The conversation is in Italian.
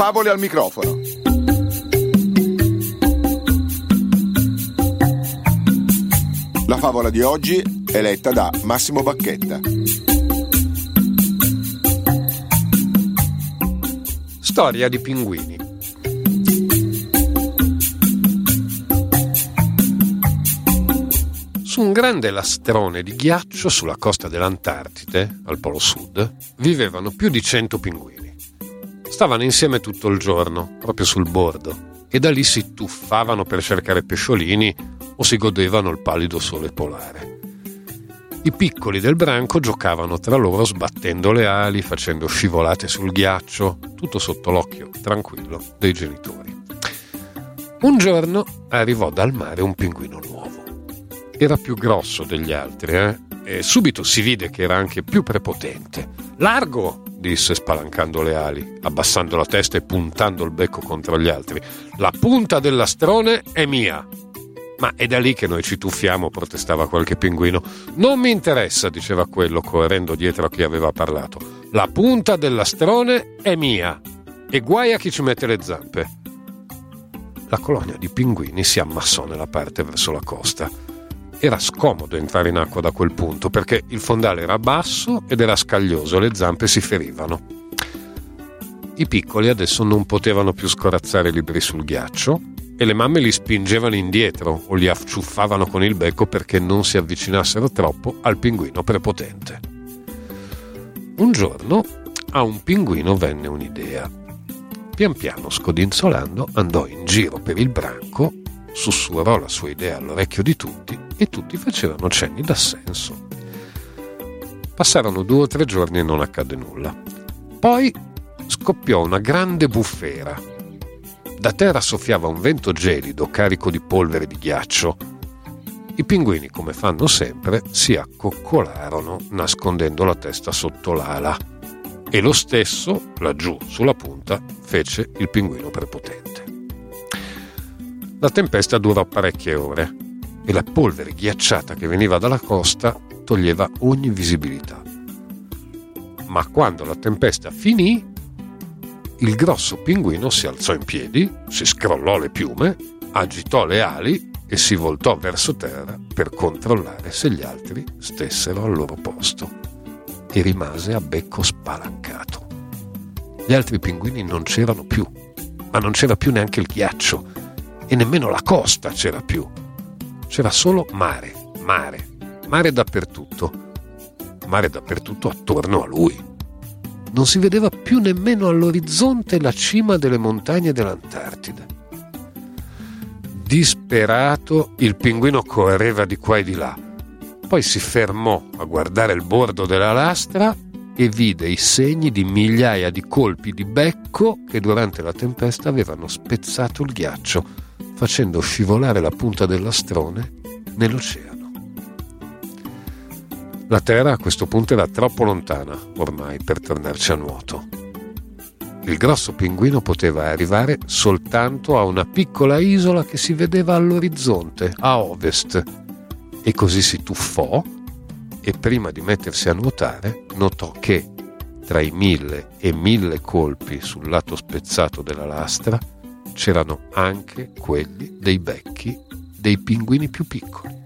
Favole al microfono. La favola di oggi è letta da Massimo Bacchetta. Storia di pinguini. Su un grande lastrone di ghiaccio sulla costa dell'Antartide, al Polo Sud, vivevano più di 100 pinguini. Stavano insieme tutto il giorno, proprio sul bordo, e da lì si tuffavano per cercare pesciolini o si godevano il pallido sole polare. I piccoli del branco giocavano tra loro sbattendo le ali, facendo scivolate sul ghiaccio, tutto sotto l'occhio tranquillo dei genitori. Un giorno arrivò dal mare un pinguino nuovo. Era più grosso degli altri, e subito si vide che era anche più prepotente. «Largo!» disse spalancando le ali, abbassando la testa e puntando il becco contro gli altri. «La punta del lastrone è mia!» «Ma è da lì che noi ci tuffiamo», protestava qualche pinguino. «Non mi interessa», diceva quello, correndo dietro a chi aveva parlato. «La punta del lastrone è mia e guai a chi ci mette le zampe». La colonia di pinguini si ammassò nella parte verso la costa. Era scomodo entrare in acqua da quel punto perché il fondale era basso ed era scaglioso, le zampe si ferivano. I piccoli adesso non potevano più scorazzare liberi sul ghiaccio e le mamme li spingevano indietro o li acciuffavano con il becco perché non si avvicinassero troppo al pinguino prepotente. Un giorno a un pinguino venne un'idea. Pian piano, scodinzolando, andò in giro per il branco, sussurrò la sua idea all'orecchio di tutti e tutti facevano cenni d'assenso. Passarono 2 o 3 giorni e non accadde nulla. Poi scoppiò una grande bufera. Da terra soffiava un vento gelido carico di polvere di ghiaccio. I pinguini, come fanno sempre, si accoccolarono nascondendo la testa sotto l'ala. E lo stesso, laggiù sulla punta, fece il pinguino prepotente. La tempesta durò parecchie ore e la polvere ghiacciata che veniva dalla costa toglieva ogni visibilità. Ma quando la tempesta finì, il grosso pinguino si alzò in piedi, si scrollò le piume, agitò le ali e si voltò verso terra per controllare se gli altri stessero al loro posto e rimase a becco spalancato. Gli altri pinguini non c'erano più, ma non c'era più neanche il ghiaccio e nemmeno la costa c'era più. C'era solo mare dappertutto attorno a lui. Non si vedeva più nemmeno all'orizzonte la cima delle montagne dell'Antartide. Disperato, il pinguino correva di qua e di là. Poi si fermò a guardare il bordo della lastra e vide i segni di migliaia di colpi di becco che durante la tempesta avevano spezzato il ghiaccio, facendo scivolare la punta del lastrone nell'oceano. La terra a questo punto era troppo lontana ormai per tornarci a nuoto. Il grosso pinguino poteva arrivare soltanto a una piccola isola che si vedeva all'orizzonte, a ovest, e così si tuffò e prima di mettersi a nuotare notò che tra i 1000 e 1000 colpi sul lato spezzato della lastra c'erano anche quelli dei becchi dei pinguini più piccoli.